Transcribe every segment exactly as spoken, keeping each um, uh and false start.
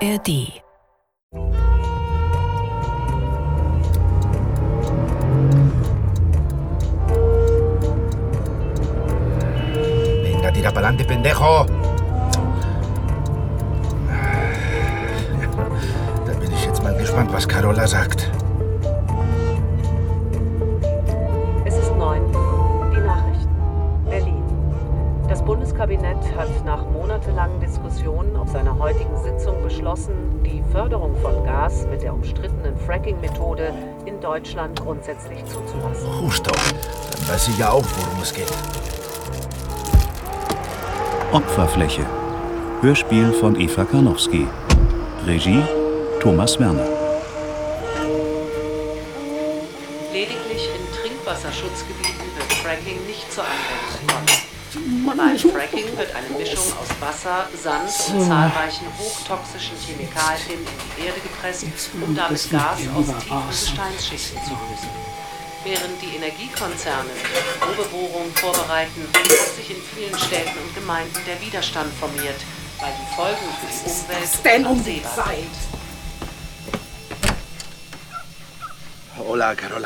R D. Venga, tira pa'lante, pendejo. Da bin ich jetzt mal gespannt, was Carola sagt. Es ist neun. Die Nachrichten. Berlin. Das Bundeskabinett hat nach monatelangen Diskussionen auf seiner heutigen Sitzung beschlossen, die Förderung von Gas mit der umstrittenen Fracking-Methode in Deutschland grundsätzlich zuzulassen. Justo. Dann weiß ich ja auch, worum es geht. Opferfläche. Hörspiel von Eva Karnowski. Regie Thomas Werner. Lediglich in Trinkwasserschutzgebieten wird Fracking nicht zur Anwendung kommen. Bei Fracking wird eine Mischung aus Wasser, Sand und zahlreichen hochtoxischen Chemikalien in die Erde gepresst, um damit Gas aus tiefen Gesteinsschichten zu lösen. Während die Energiekonzerne die Probebohrung vorbereiten, hat sich in vielen Städten und Gemeinden der Widerstand formiert, weil die Folgen für die Umwelt absehbar sind. Hola, Carola.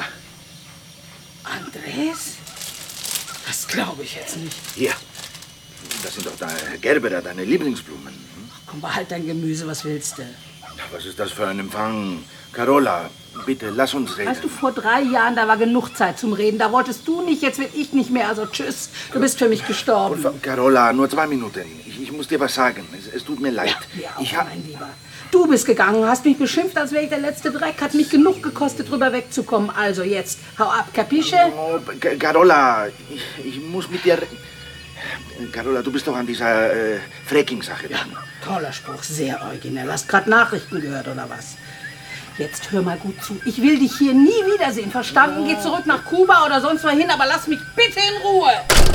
Andres? Das glaube ich jetzt nicht. Hier. Das sind doch deine Gerbera, deine Lieblingsblumen. Ach, komm, behalt dein Gemüse, was willst du? Was ist das für ein Empfang? Carola, bitte, lass uns reden. Weißt du, vor drei Jahren, da war genug Zeit zum Reden. Da wolltest du nicht, jetzt will ich nicht mehr. Also tschüss, du bist für mich gestorben. Und, Carola, nur zwei Minuten. Ich, ich muss dir was sagen. Es, es tut mir leid. Ja, mir auch, ich hab... mein Lieber. Du bist gegangen, hast mich beschimpft, als wäre ich der letzte Dreck. Hat mich genug gekostet, drüber wegzukommen. Also jetzt, hau ab, Capisce? Oh, Carola, ich, ich muss mit dir... Carola, du bist doch an dieser äh, Fracking-Sache dran. Ja, toller Spruch, sehr originell. Hast gerade Nachrichten gehört, oder was? Jetzt hör mal gut zu. Ich will dich hier nie wiedersehen, verstanden? Geh zurück nach Kuba oder sonst wohin, aber lass mich bitte in Ruhe.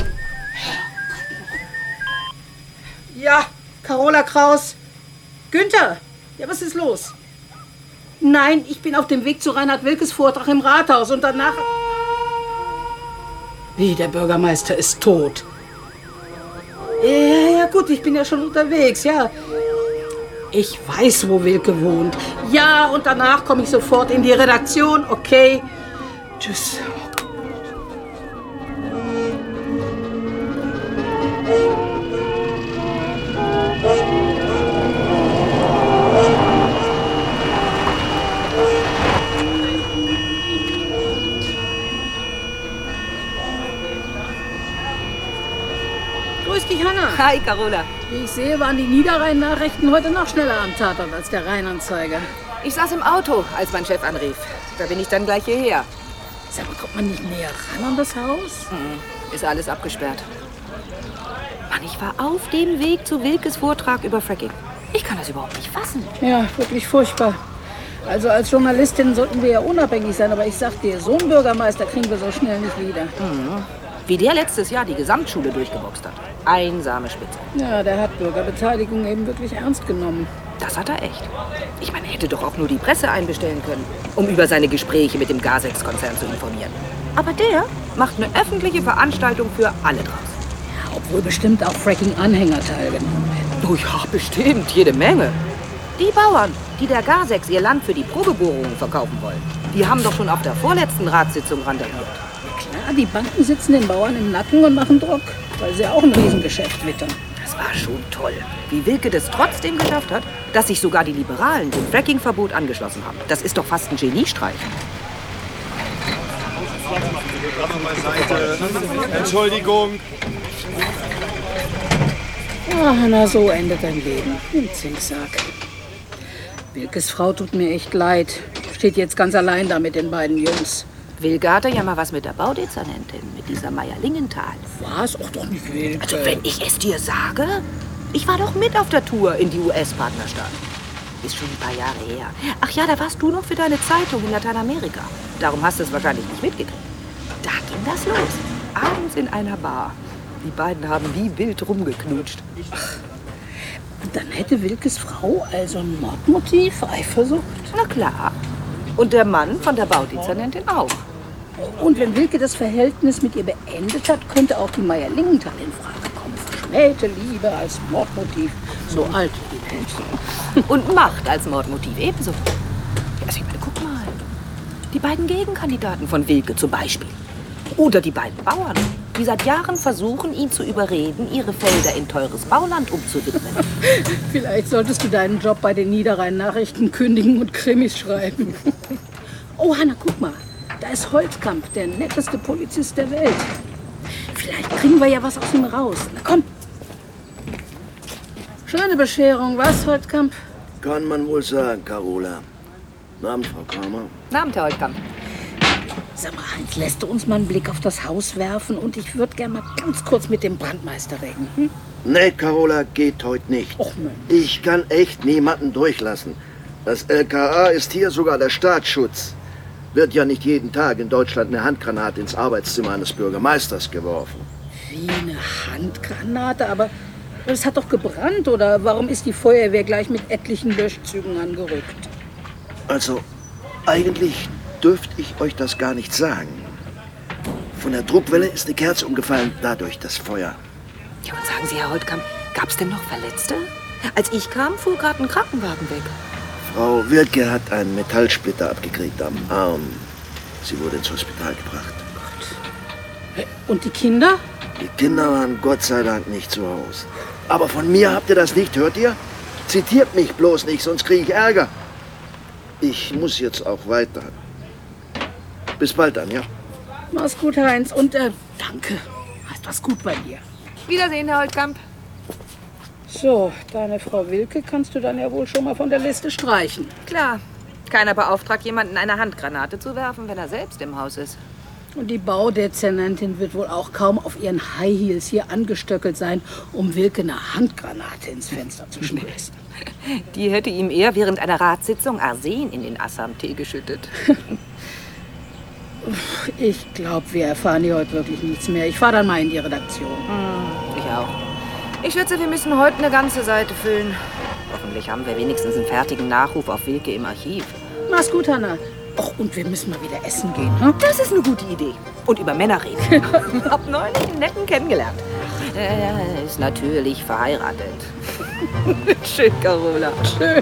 Ja, Carola Kraus. Günther, ja, was ist los? Nein, ich bin auf dem Weg zu Reinhard Wilkes Vortrag im Rathaus und danach... Wie, der Bürgermeister ist tot. Ja, ja, gut, ich bin ja schon unterwegs, ja. Ich weiß, wo Wilke wohnt. Ja, und danach komme ich sofort in die Redaktion, okay? Tschüss. Grüß dich, Hanna. Hi, Carola. Wie ich sehe, waren die Niederrhein-Nachrichten heute noch schneller am Tatort als der Rheinanzeiger. Ich saß im Auto, als mein Chef anrief. Da bin ich dann gleich hierher. Sag mal, kommt man nicht näher ran an das Haus? Mhm. Ist alles abgesperrt. Mann, ich war auf dem Weg zu Wilkes Vortrag über Fracking. Ich kann das überhaupt nicht fassen. Ja, wirklich furchtbar. Also als Journalistin sollten wir ja unabhängig sein, aber ich sag dir, so einen Bürgermeister kriegen wir so schnell nicht wieder. Mhm. Wie der letztes Jahr die Gesamtschule durchgeboxt hat. Einsame Spitze. Ja, der hat Bürgerbeteiligung eben wirklich ernst genommen. Das hat er echt. Ich meine, er hätte doch auch nur die Presse einbestellen können, um über seine Gespräche mit dem Gasex-Konzern zu informieren. Aber der macht eine öffentliche Veranstaltung für alle draus. Ja, obwohl bestimmt auch Fracking-Anhänger teilgenommen hätten. Oh ja, bestimmt. Jede Menge. Die Bauern, die der Gasex ihr Land für die Probebohrungen verkaufen wollen, die haben doch schon auf der vorletzten Ratssitzung randaliert. Klar, die Banken sitzen den Bauern im Nacken und machen Druck, weil sie auch ein Riesengeschäft wittern. Das war schon toll. Wie Wilke das trotzdem geschafft hat, dass sich sogar die Liberalen dem Fracking-Verbot angeschlossen haben. Das ist doch fast ein Geniestreich. Entschuldigung. Ah, na, so endet dein Leben. Im Zinksack. Wilkes Frau tut mir echt leid. Steht jetzt ganz allein da mit den beiden Jungs. Wilke hatte ja mal was mit der Baudezernentin, mit dieser Meier Lingenthal. Was? Auch doch nicht Wilke. Also wenn ich es dir sage, ich war doch mit auf der Tour in die U S-Partnerstaaten. Ist schon ein paar Jahre her. Ach ja, da warst du noch für deine Zeitung in Lateinamerika. Darum hast du es wahrscheinlich nicht mitgekriegt. Da ging das los. Abends in einer Bar. Die beiden haben wie wild rumgeknutscht. Ach, und dann hätte Wilkes Frau also ein Mordmotiv, Eifersucht? Na klar. Und der Mann von der Baudezernentin auch. Und wenn Wilke das Verhältnis mit ihr beendet hat, könnte auch die Meier Lingenthal in Frage kommen. verschmähte Liebe als Mordmotiv, so alt wie die Welt. Und Macht als Mordmotiv ebenso. Also ich meine, guck mal. Die beiden Gegenkandidaten von Wilke zum Beispiel. Oder die beiden Bauern, die seit Jahren versuchen, ihn zu überreden, ihre Felder in teures Bauland umzuwidmen. Vielleicht solltest du deinen Job bei den Niederrhein-Nachrichten kündigen und Krimis schreiben. Oh, Hanna, guck mal. Da ist Holtkamp, der netteste Polizist der Welt. Vielleicht kriegen wir ja was aus ihm raus. Na komm. Schöne Bescherung, was, Holtkamp? Kann man wohl sagen, Carola. Guten Abend, Frau Kramer. Guten Abend, Herr Holtkamp. Sag mal, Heinz, lässt du uns mal einen Blick auf das Haus werfen? Und ich würde gerne mal ganz kurz mit dem Brandmeister reden. Hm? Nee, Carola, geht heute nicht. Och, Mensch. Ich kann echt niemanden durchlassen. Das L K A ist hier sogar der Staatsschutz. Wird ja nicht jeden Tag in Deutschland eine Handgranate ins Arbeitszimmer eines Bürgermeisters geworfen. Wie eine Handgranate? Aber es hat doch gebrannt, oder? Warum ist die Feuerwehr gleich mit etlichen Löschzügen angerückt? Also, eigentlich dürfte ich euch das gar nicht sagen. Von der Druckwelle ist eine Kerze umgefallen, dadurch das Feuer. Ja, und sagen Sie, Herr Holtkamp, gab's denn noch Verletzte? Als ich kam, fuhr gerade ein Krankenwagen weg. Frau Wilke hat einen Metallsplitter abgekriegt am Arm. Sie wurde ins Hospital gebracht. Und die Kinder? Die Kinder waren Gott sei Dank nicht zu Hause. Aber von mir habt ihr das nicht, hört ihr? Zitiert mich bloß nicht, sonst kriege ich Ärger. Ich muss jetzt auch weiter. Bis bald dann, ja? Mach's gut, Heinz. Und äh, danke. Hast was gut bei dir. Wiedersehen, Herr Holtkamp. So, deine Frau Wilke kannst du dann ja wohl schon mal von der Liste streichen. Klar. Keiner beauftragt jemanden, eine Handgranate zu werfen, wenn er selbst im Haus ist. Und die Baudezernentin wird wohl auch kaum auf ihren High Heels hier angestöckelt sein, um Wilke eine Handgranate ins Fenster zu schmeißen. Die hätte ihm eher während einer Ratssitzung Arsen in den Assam-Tee geschüttet. Ich glaube, wir erfahren hier heute wirklich nichts mehr. Ich fahre dann mal in die Redaktion. Hm, ich auch. Ich schätze, wir müssen heute eine ganze Seite füllen. Hoffentlich haben wir wenigstens einen fertigen Nachruf auf Wilke im Archiv. Mach's gut, Hanna. Och, und wir müssen mal wieder essen gehen, hm? Das ist eine gute Idee. Und über Männer reden. Hab neulich einen netten kennengelernt. Er ist natürlich verheiratet. Schön, Carola. Schön.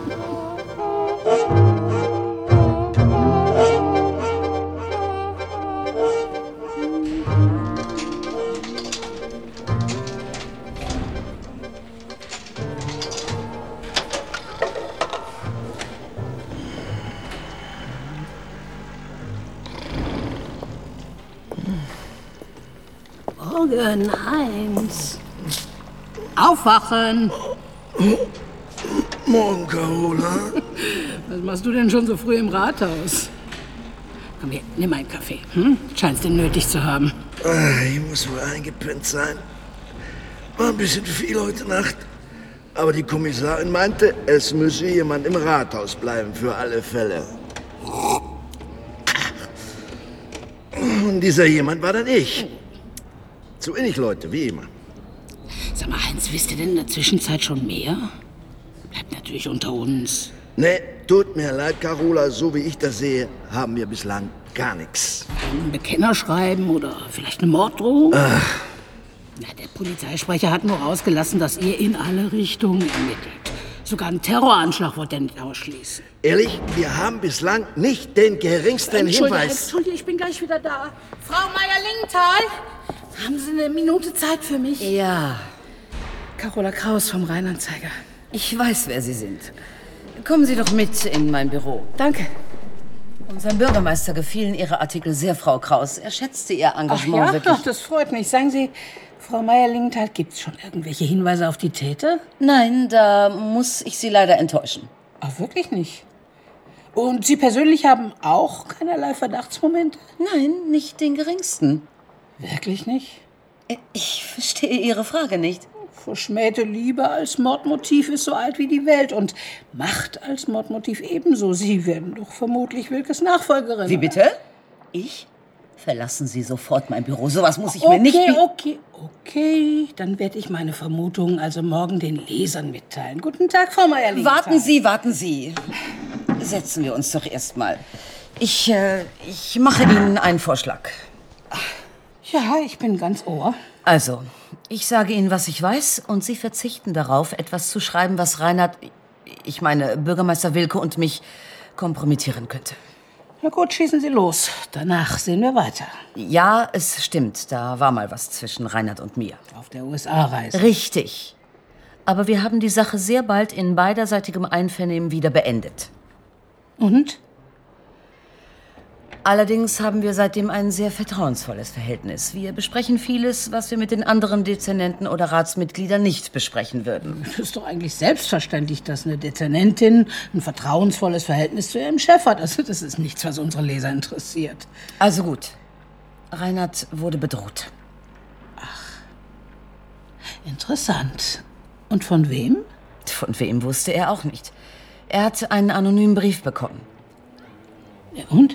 Morgen, Heinz. Aufwachen. Morgen, Carola. Was machst du denn schon so früh im Rathaus? Komm her, nimm einen Kaffee. Hm? Scheinst den nötig zu haben. Ich muss wohl eingepennt sein. War ein bisschen viel heute Nacht. Aber die Kommissarin meinte, es müsse jemand im Rathaus bleiben, für alle Fälle. Und dieser jemand war dann ich. Zu wenig Leute, wie immer. Sag mal, Heinz, wisst ihr denn in der Zwischenzeit schon mehr? Bleibt natürlich unter uns. Nee, tut mir leid, Carola. So wie ich das sehe, haben wir bislang gar nichts. Ein Bekennerschreiben oder vielleicht eine Morddrohung? Ach. Na, der Polizeisprecher hat nur rausgelassen, dass ihr in alle Richtungen ermittelt. Sogar einen Terroranschlag wollte er nicht ausschließen. Ehrlich, wir haben bislang nicht den geringsten Entschuldige, Hinweis. Entschuldige, ich bin gleich wieder da. Frau Meier-Lingenthal, haben Sie eine Minute Zeit für mich? Ja, Carola Kraus vom Rheinanzeiger. ich weiß, wer Sie sind. Kommen Sie doch mit in mein Büro. Danke. Unserem Bürgermeister gefielen Ihre Artikel sehr, Frau Kraus. Er schätzte Ihr Ach Engagement ja, wirklich. Ach, das freut mich. Sagen Sie, Frau Meier-Lingenthal, gibt es schon irgendwelche Hinweise auf die Täter? Nein, da muss ich Sie leider enttäuschen. Ach, wirklich nicht. Und Sie persönlich haben auch keinerlei Verdachtsmomente? Nein, nicht den geringsten. Wirklich nicht? Ich verstehe Ihre Frage nicht. Verschmähte Liebe als Mordmotiv ist so alt wie die Welt und Macht als Mordmotiv ebenso. Sie werden doch vermutlich Wilkes Nachfolgerin. Wie bitte? Ich? Verlassen Sie sofort mein Büro. Sowas muss ich okay, mir nicht... Okay, okay, okay. Dann werde ich meine Vermutungen also morgen den Lesern mitteilen. Guten Tag, Frau Meier-Lingenthal. Warten Sie, warten Sie. Setzen wir uns doch erst mal. Ich, äh, ich mache Ihnen einen Vorschlag. Ja, ich bin ganz ohr. Also, ich sage Ihnen, was ich weiß, und Sie verzichten darauf, etwas zu schreiben, was Reinhard, ich meine Bürgermeister Wilke und mich kompromittieren könnte. Na gut, schießen Sie los. Danach sehen wir weiter. Ja, es stimmt, da war mal was zwischen Reinhard und mir. Auf der U S A-Reise. Richtig. Aber wir haben die Sache sehr bald in beiderseitigem Einvernehmen wieder beendet. Und? Allerdings haben wir seitdem ein sehr vertrauensvolles Verhältnis. Wir besprechen vieles, was wir mit den anderen Dezernenten oder Ratsmitgliedern nicht besprechen würden. Das ist doch eigentlich selbstverständlich, dass eine Dezernentin ein vertrauensvolles Verhältnis zu ihrem Chef hat. Also das ist nichts, was unsere Leser interessiert. Also gut. Reinhard wurde bedroht. Ach, interessant. Und von wem? Von wem wusste er auch nicht. Er hat einen anonymen Brief bekommen. Ja, und?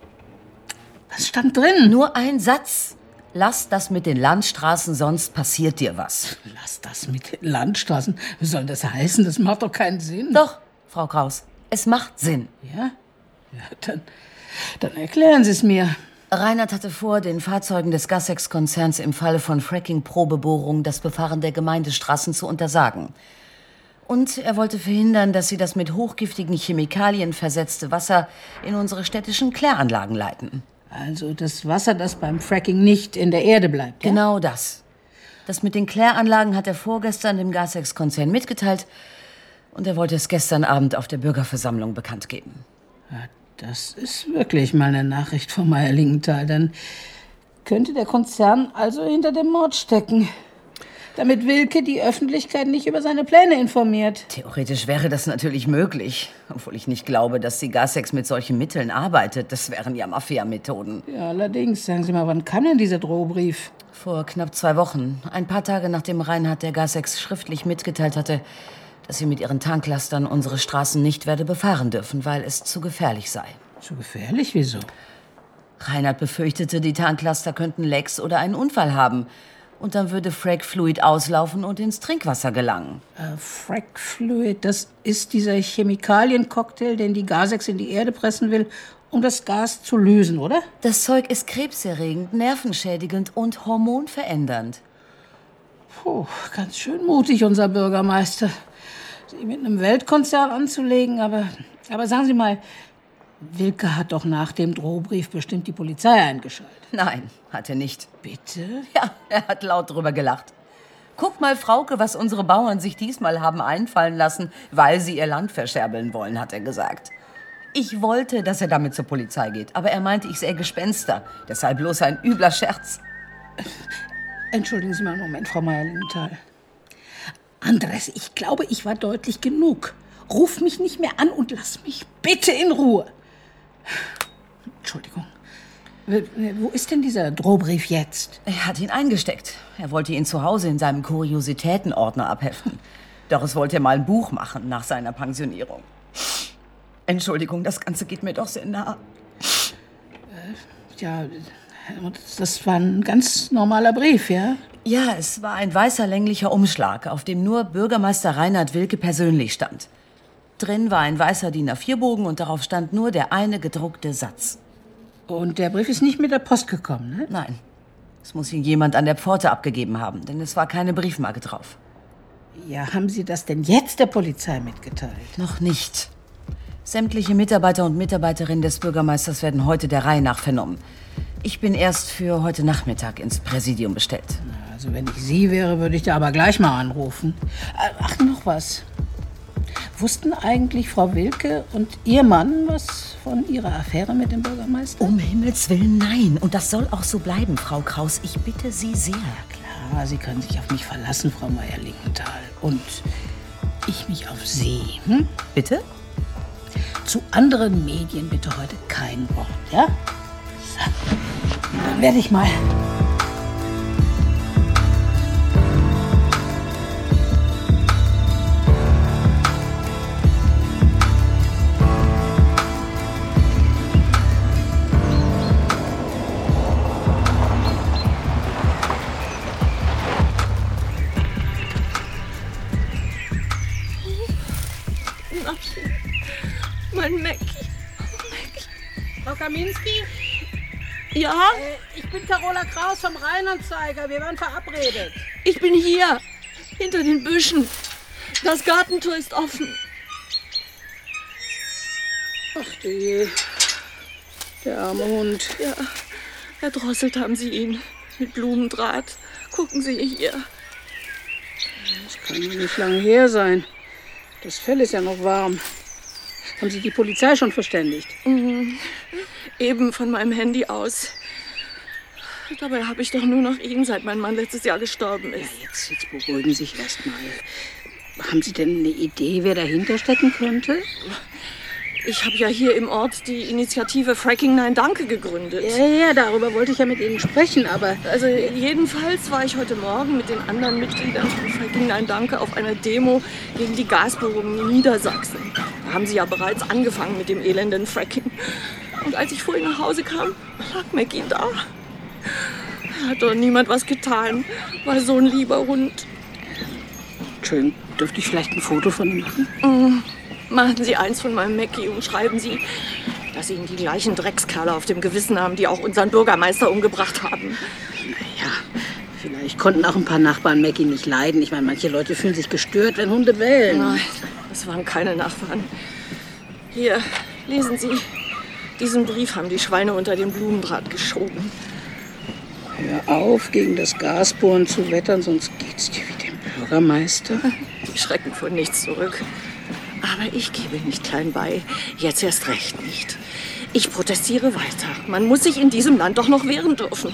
Was stand drin? Nur ein Satz. Lass das mit den Landstraßen, sonst passiert dir was. Lass das mit den Landstraßen? Was soll das heißen? Das macht doch keinen Sinn. Doch, Frau Kraus, es macht Sinn. Ja? Ja, dann, dann erklären Sie es mir. Reinhard hatte vor, den Fahrzeugen des Gassex-Konzerns im Falle von Fracking-Probebohrungen das Befahren der Gemeindestraßen zu untersagen. Und er wollte verhindern, dass sie das mit hochgiftigen Chemikalien versetzte Wasser in unsere städtischen Kläranlagen leiten. Also das Wasser, das beim Fracking nicht in der Erde bleibt, ja? Genau das. Das mit den Kläranlagen hat er vorgestern dem Gassex-Konzern mitgeteilt und er wollte es gestern Abend auf der Bürgerversammlung bekannt geben. Ja, das ist wirklich mal eine Nachricht von Meier-Lingenthal. Dann könnte der Konzern also hinter dem Mord stecken, damit Wilke die Öffentlichkeit nicht über seine Pläne informiert. Theoretisch wäre das natürlich möglich, obwohl ich nicht glaube, dass die Gassex mit solchen Mitteln arbeitet. Das wären ja Mafia-Methoden. Ja, allerdings. Sagen Sie mal, wann kam denn dieser Drohbrief? Vor knapp zwei Wochen. Ein paar Tage nachdem Reinhard der Gassex schriftlich mitgeteilt hatte, dass sie mit ihren Tanklastern unsere Straßen nicht werde befahren dürfen, weil es zu gefährlich sei. Zu gefährlich? Wieso? Reinhard befürchtete, die Tanklaster könnten Lecks oder einen Unfall haben. Und dann würde Frack-Fluid auslaufen und ins Trinkwasser gelangen. Äh, Frack-Fluid, das ist dieser Chemikaliencocktail, den die Gassex in die Erde pressen will, um das Gas zu lösen, oder? Das Zeug ist krebserregend, nervenschädigend und hormonverändernd. Puh, ganz schön mutig, unser Bürgermeister, Sie mit einem Weltkonzern anzulegen. Aber, aber sagen Sie mal, Wilke hat doch nach dem Drohbrief bestimmt die Polizei eingeschaltet. Nein, hat er nicht. Bitte? Ja, er hat laut drüber gelacht. Guck mal, Frauke, was unsere Bauern sich diesmal haben einfallen lassen, weil sie ihr Land verscherbeln wollen, hat er gesagt. Ich wollte, dass er damit zur Polizei geht, aber er meinte, ich sähe Gespenster. Deshalb bloß ein übler Scherz. Entschuldigen Sie mal einen Moment, Frau Meier-Lingenthal. Andres, ich glaube, ich war deutlich genug. Ruf mich nicht mehr an und lass mich bitte in Ruhe. Entschuldigung. Wo ist denn dieser Drohbrief jetzt? Er hat ihn eingesteckt. Er wollte ihn zu Hause in seinem Kuriositätenordner abheften. Doris wollte mal ein Buch machen nach seiner Pensionierung. Entschuldigung, das Ganze geht mir doch sehr nah. Äh, ja, das war ein ganz normaler Brief, ja? Ja, es war ein weißer länglicher Umschlag, auf dem nur Bürgermeister Reinhard Wilke persönlich stand. Drin war ein weißer D I N A vier Bogen und darauf stand nur der eine gedruckte Satz. Und der Brief ist nicht mit der Post gekommen, ne? Nein. Es muss ihn jemand an der Pforte abgegeben haben, denn es war keine Briefmarke drauf. Ja, haben Sie das denn jetzt der Polizei mitgeteilt? Noch nicht. Sämtliche Mitarbeiter und Mitarbeiterinnen des Bürgermeisters werden heute der Reihe nach vernommen. Ich bin erst für heute Nachmittag ins Präsidium bestellt. Also wenn ich Sie wäre, würde ich da aber gleich mal anrufen. Ach, noch was. Wussten eigentlich Frau Wilke und Ihr Mann was von Ihrer Affäre mit dem Bürgermeister? Um Himmels Willen, nein. Und das soll auch so bleiben, Frau Kraus. Ich bitte Sie sehr. Ja, klar, Sie können sich auf mich verlassen, Frau Meier-Lingenthal. Und ich mich auf Sie. Hm? Bitte? Zu anderen Medien bitte heute kein Wort, ja? So, dann werde ich mal... Mein Mackie. Mackie. Frau Kaminski? Ja? Äh, ich bin Carola Kraus vom Rheinanzeiger. Wir waren verabredet. Ich bin hier, hinter den Büschen. Das Gartentor ist offen. Ach du, der arme Hund. Ja, erdrosselt haben sie ihn mit Blumendraht. Gucken Sie hier. Das kann ja nicht lange her sein. Das Fell ist ja noch warm. Haben Sie die Polizei schon verständigt? Mhm. Eben von meinem Handy aus. Dabei habe ich doch nur noch ihn, seit mein Mann letztes Jahr gestorben ist. Ja, jetzt, jetzt beruhigen Sie sich erst mal. Haben Sie denn eine Idee, wer dahinter stecken könnte? Ich habe ja hier im Ort die Initiative Fracking Nein Danke gegründet. Ja, ja, darüber wollte ich ja mit Ihnen sprechen, aber... Also jedenfalls war ich heute Morgen mit den anderen Mitgliedern von Fracking Nein Danke auf einer Demo gegen die Gasbohrungen in Niedersachsen. Da haben sie ja bereits angefangen mit dem elenden Fracking. Und als ich vorhin nach Hause kam, lag Mackie da. Da hat doch niemand was getan. War so ein lieber Hund. Schön. Dürfte ich vielleicht ein Foto von ihm machen? Mm. Machen Sie eins von meinem Mackie und schreiben Sie, dass Sie ihn die gleichen Dreckskerle auf dem Gewissen haben, die auch unseren Bürgermeister umgebracht haben. Naja, vielleicht konnten auch ein paar Nachbarn Mackie nicht leiden. Ich meine, manche Leute fühlen sich gestört, wenn Hunde bellen. Nein, das waren keine Nachbarn. Hier, lesen Sie. Diesen Brief haben die Schweine unter den Blumendraht geschoben. Hör auf, gegen das Gasbohren zu wettern, sonst geht's dir wie dem Bürgermeister. Die schrecken vor nichts zurück. Aber ich gebe nicht klein bei. Jetzt erst recht nicht. Ich protestiere weiter. Man muss sich in diesem Land doch noch wehren dürfen.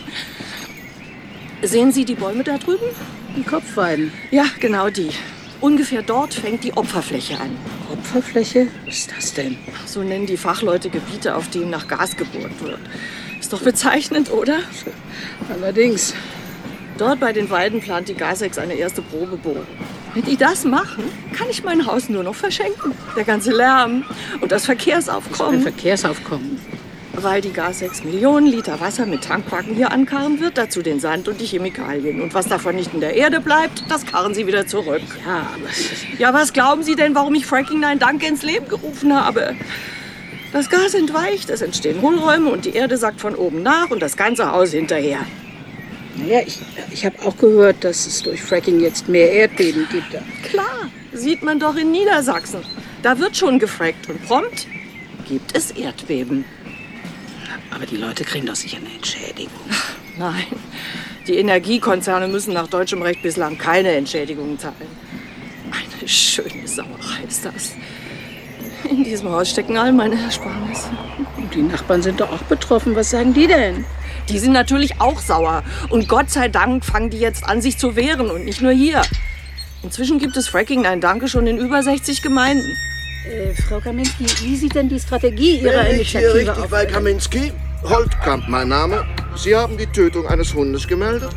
Sehen Sie die Bäume da drüben? Die Kopfweiden. Ja, genau die. Ungefähr dort fängt die Opferfläche an. Opferfläche? Was ist das denn? So nennen die Fachleute Gebiete, auf denen nach Gas gebohrt wird. Ist doch bezeichnend, oder? Allerdings. Dort bei den Weiden plant die Gasex eine erste Probebohrung. Wenn die das machen, kann ich mein Haus nur noch verschenken. Der ganze Lärm und das Verkehrsaufkommen. Das Verkehrsaufkommen. Weil die Gasex Millionen Liter Wasser mit Tankwagen hier ankarren wird, dazu den Sand und die Chemikalien. Und was davon nicht in der Erde bleibt, das karren sie wieder zurück. Ja, aber... Ja, was glauben Sie denn, warum ich Fracking Nein Danke ins Leben gerufen habe? Das Gas entweicht, es entstehen Hohlräume und die Erde sackt von oben nach und das ganze Haus hinterher. Naja, ich, ich habe auch gehört, dass es durch Fracking jetzt mehr Erdbeben gibt. Klar, sieht man doch in Niedersachsen. Da wird schon gefrackt und prompt gibt es Erdbeben. Aber die Leute kriegen doch sicher eine Entschädigung. Nein, die Energiekonzerne müssen nach deutschem Recht bislang keine Entschädigungen zahlen. Eine schöne Sauerei ist das. In diesem Haus stecken all meine Ersparnisse. Und die Nachbarn sind doch auch betroffen. Was sagen die denn? Die sind natürlich auch sauer. Und Gott sei Dank fangen die jetzt an, sich zu wehren. Und nicht nur hier. Inzwischen gibt es Fracking Nein Danke schon in über sechzig Gemeinden. Äh, Frau Kaminski, wie sieht denn die Strategie Ihrer Bin ich hier Initiative richtig aus? bei Kaminski? Holtkamp, mein Name. Sie haben die Tötung eines Hundes gemeldet?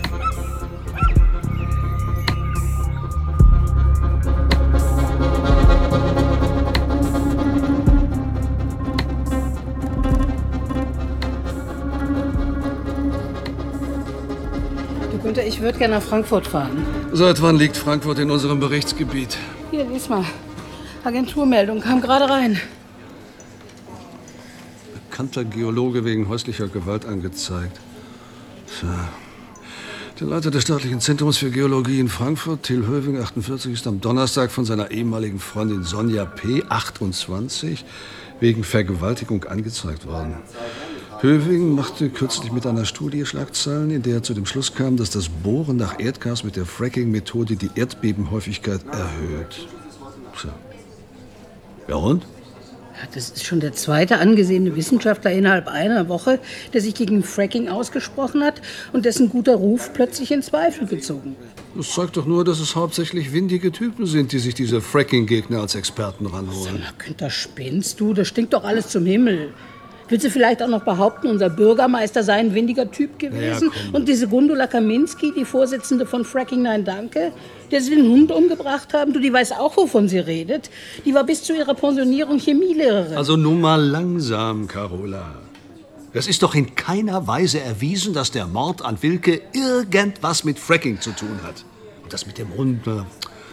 Günther, ich würde gerne nach Frankfurt fahren. Seit wann liegt Frankfurt in unserem Berichtsgebiet? Hier, lies mal. Agenturmeldung kam gerade rein. Bekannter Geologe wegen häuslicher Gewalt angezeigt. Tja. Der Leiter des staatlichen Zentrums für Geologie in Frankfurt, Till Höving, achtundvierzig, ist am Donnerstag von seiner ehemaligen Freundin Sonja P., achtundzwanzig, wegen Vergewaltigung angezeigt worden. Höving machte kürzlich mit einer Studie Schlagzeilen, in der er zu dem Schluss kam, dass das Bohren nach Erdgas mit der Fracking-Methode die Erdbebenhäufigkeit erhöht. Tja. Ja und? Ja, das ist schon der zweite angesehene Wissenschaftler innerhalb einer Woche, der sich gegen Fracking ausgesprochen hat und dessen guter Ruf plötzlich in Zweifel gezogen wird. Das zeigt doch nur, dass es hauptsächlich windige Typen sind, die sich diese Fracking-Gegner als Experten ranholen. Na, Günther, spinnst du? Das stinkt doch alles zum Himmel. Willst du vielleicht auch noch behaupten, unser Bürgermeister sei ein windiger Typ gewesen? Ja, und diese Gundula Kaminski, die Vorsitzende von Fracking Nein Danke, der sie den Hund umgebracht haben, du, die weiß auch, wovon sie redet. Die war bis zu ihrer Pensionierung Chemielehrerin. Also nun mal langsam, Carola. Es ist doch in keiner Weise erwiesen, dass der Mord an Wilke irgendwas mit Fracking zu tun hat. Und das mit dem Hund,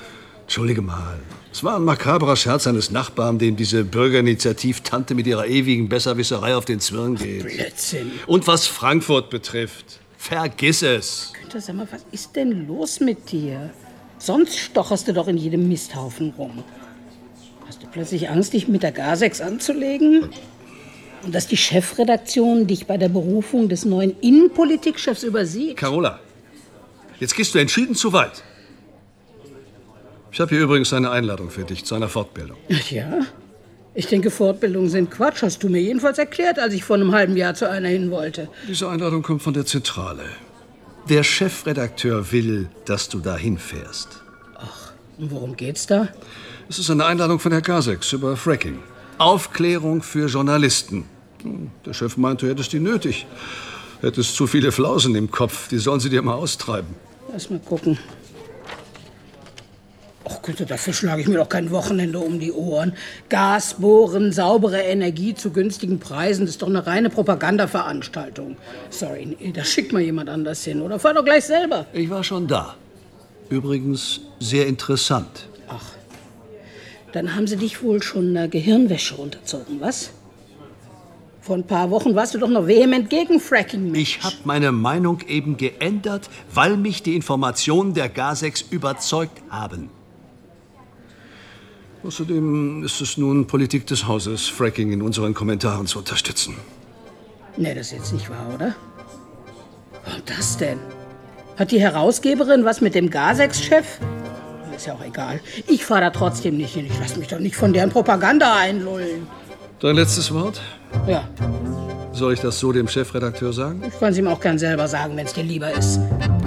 Entschuldige mal. Es war ein makabrer Scherz eines Nachbarn, dem diese Bürgerinitiativ-Tante mit ihrer ewigen Besserwisserei auf den Zwirn geht. Blödsinn. Und was Frankfurt betrifft, vergiss es. Günther, sag mal, was ist denn los mit dir? Sonst stocherst du doch in jedem Misthaufen rum. Hast du plötzlich Angst, dich mit der Gasex anzulegen? Und dass die Chefredaktion dich bei der Berufung des neuen Innenpolitikchefs übersieht? Carola, jetzt gehst du entschieden zu weit. Ich habe hier übrigens eine Einladung für dich zu einer Fortbildung. Ach ja? Ich denke, Fortbildungen sind Quatsch. Hast du mir jedenfalls erklärt, als ich vor einem halben Jahr zu einer hin wollte. Diese Einladung kommt von der Zentrale. Der Chefredakteur will, dass du da hinfährst. Ach, und worum geht's da? Es ist eine Einladung von Herrn Gasex über Fracking. Aufklärung für Journalisten. Der Chef meint, du hättest die nötig. Hättest zu viele Flausen im Kopf. Die sollen sie dir mal austreiben. Lass mal gucken. Ach Güte, dafür schlage ich mir doch kein Wochenende um die Ohren. Gas bohren, saubere Energie zu günstigen Preisen, das ist doch eine reine Propagandaveranstaltung. Sorry, nee, da schickt mal jemand anders hin. Oder fahr doch gleich selber. Ich war schon da. Übrigens sehr interessant. Ach, dann haben sie dich wohl schon einer Gehirnwäsche unterzogen, was? Vor ein paar Wochen warst du doch noch vehement gegen Fracking. Ich habe meine Meinung eben geändert, weil mich die Informationen der Gasex überzeugt haben. Außerdem ist es nun Politik des Hauses, Fracking in unseren Kommentaren zu unterstützen. Nee, das ist jetzt nicht wahr, oder? Warum das denn? Hat die Herausgeberin was mit dem Gasex-Chef? Ist ja auch egal. Ich fahre da trotzdem nicht hin. Ich lasse mich doch nicht von deren Propaganda einlullen. Dein letztes Wort? Ja. Soll ich das so dem Chefredakteur sagen? Ich kann es ihm auch gern selber sagen, wenn es dir lieber ist.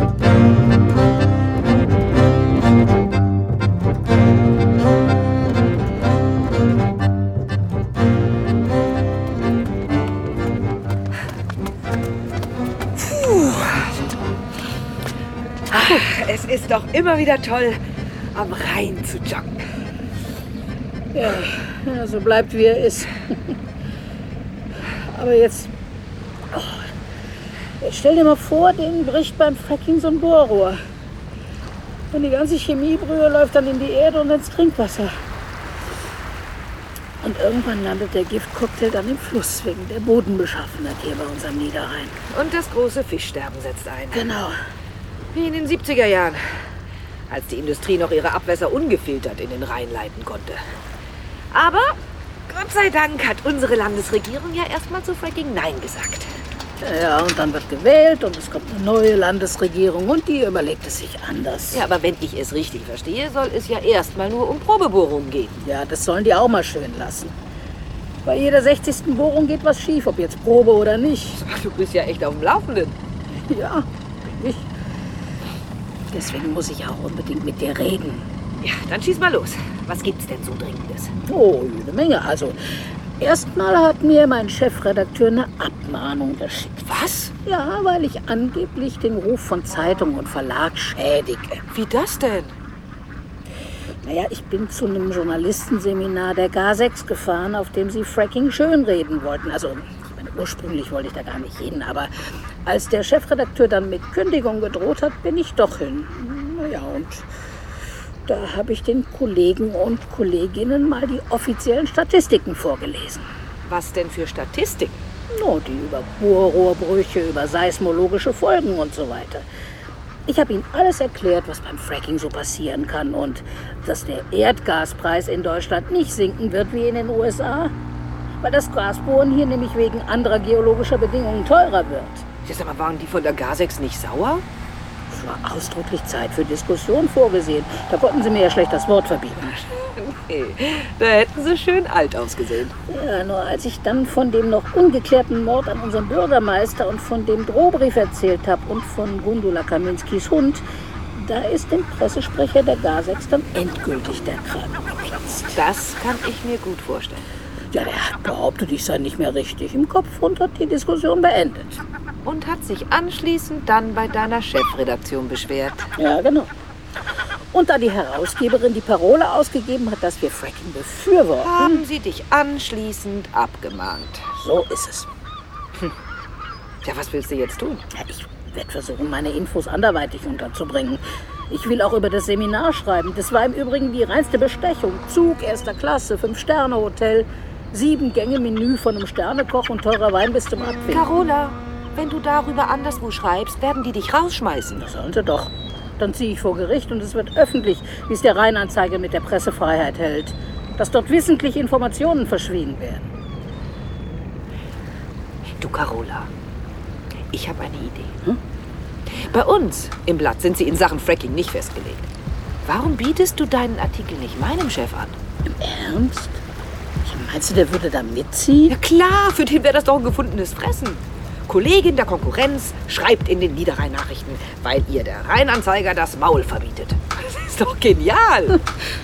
Es ist doch immer wieder toll, am Rhein zu joggen. Ja, ja, so bleibt wie er ist. Aber jetzt, oh, jetzt stell dir mal vor, denen bricht beim Fracking so ein Bohrrohr. Und die ganze Chemiebrühe läuft dann in die Erde und ins Trinkwasser. Und irgendwann landet der Giftcocktail dann im Fluss wegen der Bodenbeschaffenheit hier bei uns am Niederrhein. Und das große Fischsterben setzt ein. Genau. Wie in den siebziger Jahren, als die Industrie noch ihre Abwässer ungefiltert in den Rhein leiten konnte. Aber Gott sei Dank hat unsere Landesregierung ja erstmal zu Fracking Nein gesagt. Ja, und dann wird gewählt und es kommt eine neue Landesregierung und die überlegt es sich anders. Ja, aber wenn ich es richtig verstehe, soll es ja erstmal nur um Probebohrungen gehen. Ja, das sollen die auch mal schön lassen. Bei jeder sechzigsten Bohrung geht was schief, ob jetzt Probe oder nicht. Du bist ja echt auf dem Laufenden. Ja, bin ich. Deswegen muss ich auch unbedingt mit dir reden. Ja, dann schieß mal los. Was gibt's denn so Dringendes? Oh, jede Menge. Also, erstmal hat mir mein Chefredakteur eine Abmahnung geschickt. Was? Ja, weil ich angeblich den Ruf von Zeitung und Verlag schädige. Wie das denn? Naja, ich bin zu einem Journalistenseminar der Gasex gefahren, auf dem sie Fracking schönreden wollten. Also, ich meine, ursprünglich wollte ich da gar nicht hin, aber als der Chefredakteur dann mit Kündigung gedroht hat, bin ich doch hin. Naja, und da habe ich den Kollegen und Kolleginnen mal die offiziellen Statistiken vorgelesen. Was denn für Statistiken? No, die über Bohrrohrbrüche, über seismologische Folgen und so weiter. Ich habe ihnen alles erklärt, was beim Fracking so passieren kann und dass der Erdgaspreis in Deutschland nicht sinken wird wie in den U S A, weil das Gasbohren hier nämlich wegen anderer geologischer Bedingungen teurer wird. Jetzt aber waren die von der Gasex nicht sauer? Es war ausdrücklich Zeit für Diskussion vorgesehen. Da konnten sie mir ja schlecht das Wort verbieten. Nee, da hätten sie schön alt ausgesehen. Ja, nur als ich dann von dem noch ungeklärten Mord an unserem Bürgermeister und von dem Drohbrief erzählt habe und von Gundula Kaminskis Hund, da ist dem Pressesprecher der Gasex dann endgültig der Kragen geplatzt. Das kann ich mir gut vorstellen. Ja, der hat behauptet, ich sei nicht mehr richtig im Kopf und hat die Diskussion beendet. Und hat sich anschließend dann bei deiner Chefredaktion beschwert. Ja, genau. Und da die Herausgeberin die Parole ausgegeben hat, dass wir Fracking befürworten, haben sie dich anschließend abgemahnt. So ist es. Hm. Ja, was willst du jetzt tun? Ja, ich werde versuchen, meine Infos anderweitig unterzubringen. Ich will auch über das Seminar schreiben. Das war im Übrigen die reinste Bestechung. Zug, erster Klasse, Fünf-Sterne-Hotel, sieben Gänge-Menü von einem Sternekoch und teurer Wein bis zum Abwinken. Carola, wenn du darüber anderswo schreibst, werden die dich rausschmeißen. Das sollte doch. Dann ziehe ich vor Gericht und es wird öffentlich, wie es der Rheinanzeiger mit der Pressefreiheit hält. Dass dort wissentlich Informationen verschwiegen werden. Du, Carola, ich habe eine Idee. Hm? Bei uns im Blatt sind sie in Sachen Fracking nicht festgelegt. Warum bietest du deinen Artikel nicht meinem Chef an? Im Ernst? Meinst du, der würde da mitziehen? Ja klar, für den wäre das doch ein gefundenes Fressen. Kollegin der Konkurrenz schreibt in den Niederrhein-Nachrichten, weil ihr der Rheinanzeiger das Maul verbietet. Das ist doch genial.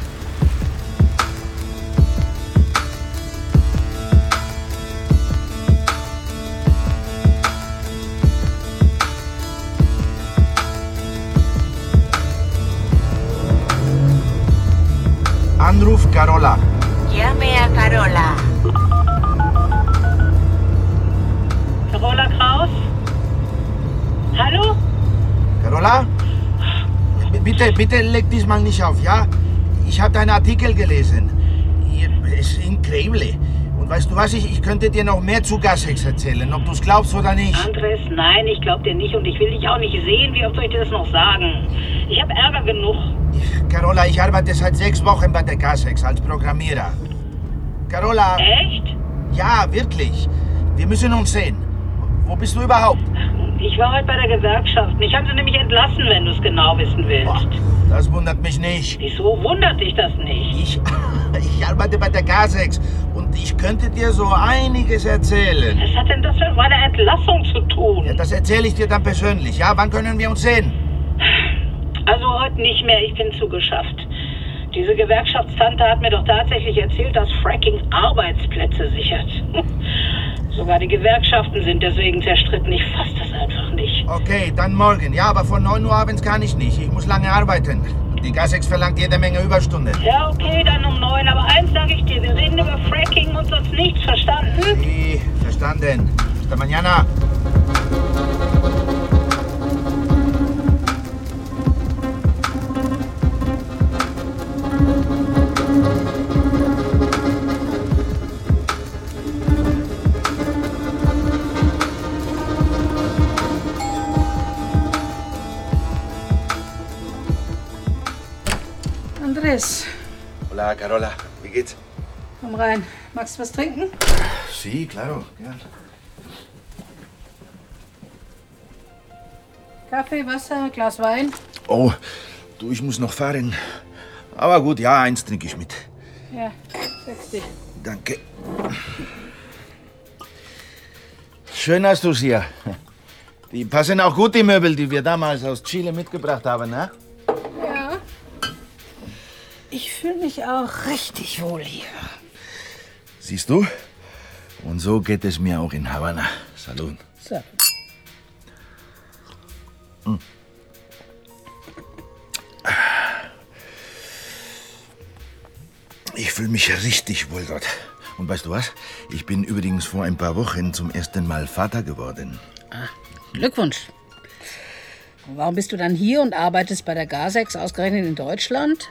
Anruf Carola. Llame a Carola. Carola Kraus? Hallo? Carola? B- Bitte, bitte leg diesmal nicht auf, ja? Ich habe deinen Artikel gelesen. Es ist increíble. Und weißt du was, ich, ich könnte dir noch mehr zu Gassex erzählen, ob du es glaubst oder nicht. Andres, nein, ich glaub dir nicht und ich will dich auch nicht sehen. Wie oft soll ich dir das noch sagen? Ich habe Ärger genug. Carola, ich arbeite seit sechs Wochen bei der Gassex als Programmierer. Carola. Echt? Ja, wirklich. Wir müssen uns sehen. Wo bist du überhaupt? Ich war heute bei der Gewerkschaft. Ich habe sie nämlich entlassen, wenn du es genau wissen willst. Boah, das wundert mich nicht. Wieso wundert dich das nicht? Ich, ich arbeite bei der Gassex und ich könnte dir so einiges erzählen. Was hat denn das mit meiner Entlassung zu tun? Ja, das erzähle ich dir dann persönlich. Ja, wann können wir uns sehen? Also heute nicht mehr. Ich bin zugeschafft. Diese Gewerkschaftstante hat mir doch tatsächlich erzählt, dass Fracking Arbeitsplätze sichert. Sogar die Gewerkschaften sind deswegen zerstritten. Ich fass das einfach nicht. Okay, dann morgen. Ja, aber von neun Uhr abends kann ich nicht. Ich muss lange arbeiten. Die Gassex verlangt jede Menge Überstunden. Ja, okay, dann um neun. Aber eins sage ich dir, wir reden über Fracking und sonst nichts. Verstanden? Sí, verstanden. Hasta mañana. Andres, Hola, Carola. Wie geht's? komm rein. Magst du was trinken? Sí, claro. Gern. Kaffee, Wasser, Glas Wein? Oh, du, ich muss noch fahren. Aber gut, ja, eins trinke ich mit. Ja, sechzig. Danke. Schön hast du's hier. Die passen auch gut, die Möbel, die wir damals aus Chile mitgebracht haben, ne? Ja. Ich fühle mich auch richtig wohl hier. Siehst du? Und so geht es mir auch in Havanna. Salud. So. Hm. Ich fühle mich richtig wohl dort. Und weißt du was? Ich bin übrigens vor ein paar Wochen zum ersten Mal Vater geworden. Ah, Glückwunsch. Und warum bist du dann hier und arbeitest bei der Gassex ausgerechnet in Deutschland?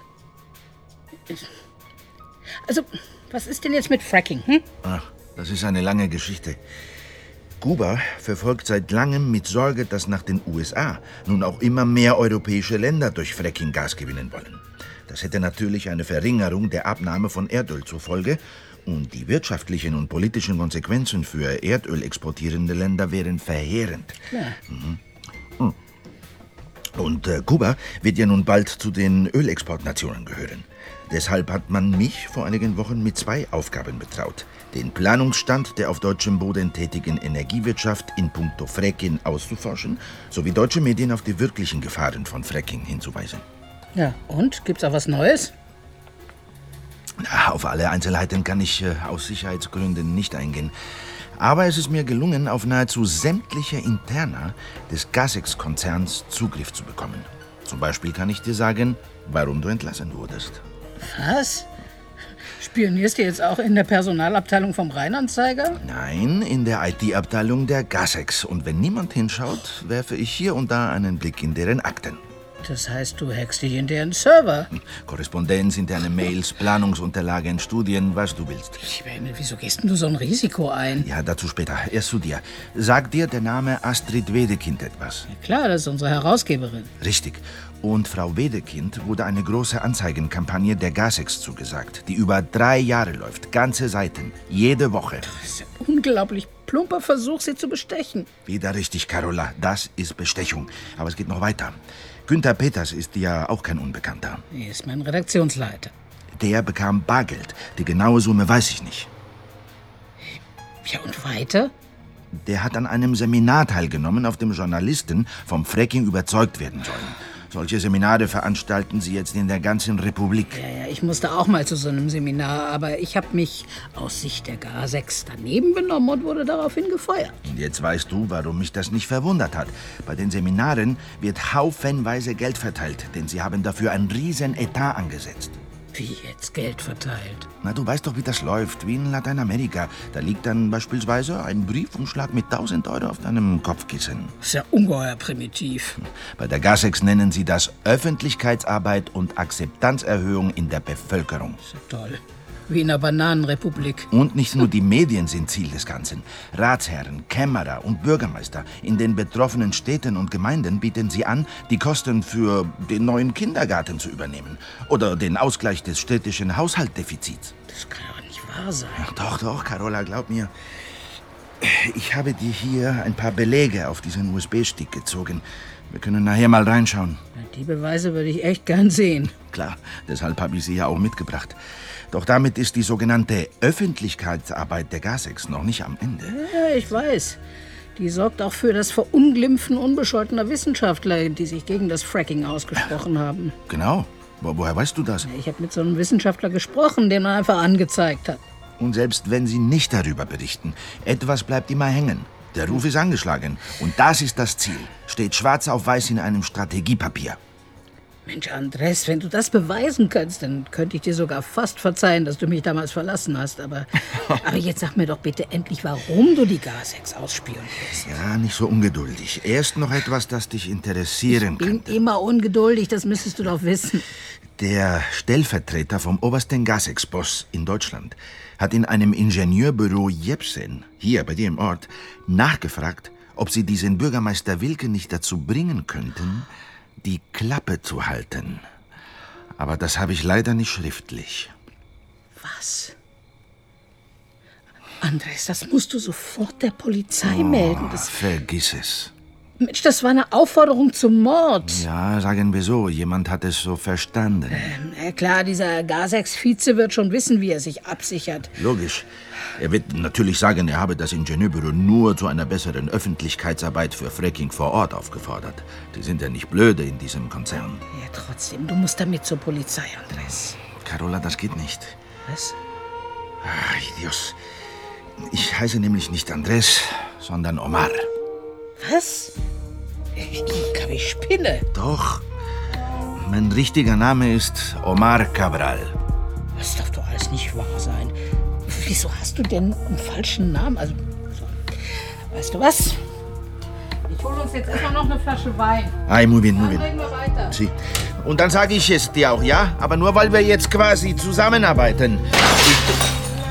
Also, was ist denn jetzt mit Fracking? Hm? Ach, das ist eine lange Geschichte. Kuba verfolgt seit langem mit Sorge, dass nach den U S A nun auch immer mehr europäische Länder durch Fracking Gas gewinnen wollen. Das hätte natürlich eine Verringerung der Abnahme von Erdöl zur Folge und die wirtschaftlichen und politischen Konsequenzen für Erdöl exportierende Länder wären verheerend. Ja. Mhm. Mhm. Und äh, Kuba wird ja nun bald zu den Ölexportnationen gehören. Deshalb hat man mich vor einigen Wochen mit zwei Aufgaben betraut. Den Planungsstand der auf deutschem Boden tätigen Energiewirtschaft in puncto Fracking auszuforschen, sowie deutsche Medien auf die wirklichen Gefahren von Fracking hinzuweisen. Ja, und? Gibt's auch was Neues? Na, auf alle Einzelheiten kann ich äh, aus Sicherheitsgründen nicht eingehen. Aber es ist mir gelungen, auf nahezu sämtliche Interna des Gassex-Konzerns Zugriff zu bekommen. Zum Beispiel kann ich dir sagen, warum du entlassen wurdest. Was? Spionierst du jetzt auch in der Personalabteilung vom Rheinanzeiger? Nein, in der I T-Abteilung der Gassex. Und wenn niemand hinschaut, werfe ich hier und da einen Blick in deren Akten. Das heißt, du hackst dich in deren Server? Korrespondenz, interne Mails, Planungsunterlagen, Studien, was du willst. Ich meine, wieso gehst denn du so ein Risiko ein? Ja, dazu später. Erst zu dir. Sagt dir der Name Astrid Wedekind etwas? Ja, klar, das ist unsere Herausgeberin. Richtig. Und Frau Wedekind wurde eine große Anzeigenkampagne der Gasex zugesagt, die über drei Jahre läuft. Ganze Seiten. Jede Woche. Das ist ein unglaublich plumper Versuch, sie zu bestechen. Wieder richtig, Carola. Das ist Bestechung. Aber es geht noch weiter. Günther Peters ist ja auch kein Unbekannter. Er ist mein Redaktionsleiter. Der bekam Bargeld. Die genaue Summe weiß ich nicht. Ja, und weiter? Der hat an einem Seminar teilgenommen, auf dem Journalisten vom Fracking überzeugt werden sollen. Solche Seminare veranstalten sie jetzt in der ganzen Republik. Ja, ja, ich musste auch mal zu so einem Seminar, aber ich habe mich aus Sicht der Gasex daneben benommen und wurde daraufhin gefeuert. Und jetzt weißt du, warum mich das nicht verwundert hat. Bei den Seminaren wird haufenweise Geld verteilt, denn sie haben dafür ein riesen Etat angesetzt. Wie jetzt Geld verteilt? Na, du weißt doch, wie das läuft, wie in Lateinamerika. Da liegt dann beispielsweise ein Briefumschlag mit tausend Euro auf deinem Kopfkissen. Das ist ja ungeheuer primitiv. Bei der Gasex nennen sie das Öffentlichkeitsarbeit und Akzeptanzerhöhung in der Bevölkerung. Das ist ja toll. Wie in einer Bananenrepublik. Und nicht nur die Medien sind Ziel des Ganzen. Ratsherren, Kämmerer und Bürgermeister in den betroffenen Städten und Gemeinden bieten sie an, die Kosten für den neuen Kindergarten zu übernehmen. Oder den Ausgleich des städtischen Haushaltsdefizits. Das kann doch nicht wahr sein. Ach, doch, doch, Carola, glaub mir. Ich habe dir hier ein paar Belege auf diesen U S B-Stick gezogen. Wir können nachher mal reinschauen. Die Beweise würde ich echt gern sehen. Klar, deshalb habe ich sie ja auch mitgebracht. Doch damit ist die sogenannte Öffentlichkeitsarbeit der Gasex noch nicht am Ende. Ja, ich weiß. Die sorgt auch für das Verunglimpfen unbescholtener Wissenschaftler, die sich gegen das Fracking ausgesprochen haben. Genau. Wo, woher weißt du das? Ich habe mit so einem Wissenschaftler gesprochen, den man einfach angezeigt hat. Und selbst wenn sie nicht darüber berichten, etwas bleibt immer hängen. Der Ruf ist angeschlagen. Und das ist das Ziel. Steht schwarz auf weiß in einem Strategiepapier. Mensch, Andres, wenn du das beweisen kannst, dann könnte ich dir sogar fast verzeihen, dass du mich damals verlassen hast. Aber, aber jetzt sag mir doch bitte endlich, warum du die Gasex ausspionierst. Ja, nicht so ungeduldig. Erst noch etwas, das dich interessieren Ich bin könnte. immer ungeduldig, das müsstest du doch wissen. Der Stellvertreter vom obersten Gasex-Boss in Deutschland hat in einem Ingenieurbüro Jepsen, hier bei dir im Ort, nachgefragt, ob sie diesen Bürgermeister Wilke nicht dazu bringen könnten, die Klappe zu halten. Aber das habe ich leider nicht schriftlich. Was? Andres, das musst du sofort der Polizei Oh, melden. Das, vergiss es. Mensch, das war eine Aufforderung zum Mord. Ja, sagen wir so, jemand hat es so verstanden. Na klar, dieser Gasex-Vize wird schon wissen, wie er sich absichert. Logisch. Er wird natürlich sagen, er habe das Ingenieurbüro nur zu einer besseren Öffentlichkeitsarbeit für Fracking vor Ort aufgefordert. Die sind ja nicht blöde in diesem Konzern. Ja, trotzdem, du musst damit zur Polizei, Andres. Carola, das geht nicht. Was? Ach, Dios. Ich heiße nämlich nicht Andres, sondern Omar. Was? Ich, ich spinne. Doch. Mein richtiger Name ist Omar Cabral. Das darf doch alles nicht wahr sein. Wieso hast du denn einen falschen Namen? Also, so. Weißt du was? Ich hole uns jetzt erstmal noch eine Flasche Wein. Ay, muy bien, muy Dann bien. reden wir weiter. Sí. Und dann sage ich es dir auch, ja? Aber nur, weil wir jetzt quasi zusammenarbeiten. Ich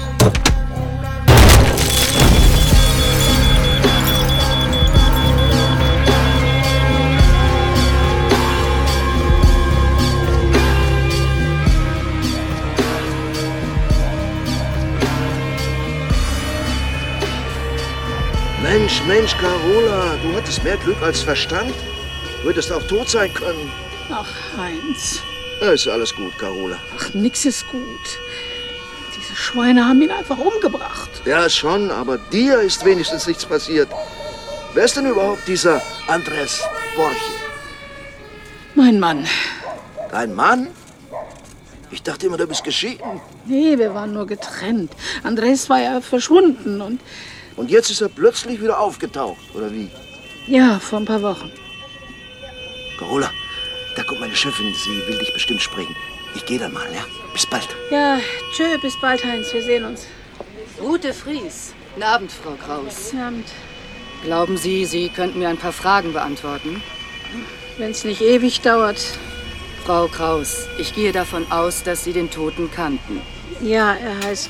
Mensch, Mensch, Carola, du hattest mehr Glück als Verstand. Du hättest auch tot sein können. Ach, Heinz. Ja, ist alles gut, Carola. Ach, nix ist gut. Diese Schweine haben ihn einfach umgebracht. Ja, schon, aber dir ist wenigstens nichts passiert. Wer ist denn überhaupt dieser Andres Borche? Mein Mann. Dein Mann? Ich dachte immer, du bist geschieden. Nee, wir waren nur getrennt. Andres war ja verschwunden und... Und jetzt ist er plötzlich wieder aufgetaucht, oder wie? Ja, vor ein paar Wochen. Carola, da kommt meine Chefin. Sie will dich bestimmt sprechen. Ich gehe dann mal, ja? Bis bald. Ja, tschö, bis bald, Heinz. Wir sehen uns. Ute Fries. Guten Abend, Frau Kraus. Guten Abend. Glauben Sie, Sie könnten mir ein paar Fragen beantworten? wenn es nicht ewig dauert. Frau Kraus, ich gehe davon aus, dass Sie den Toten kannten. Ja, er heißt...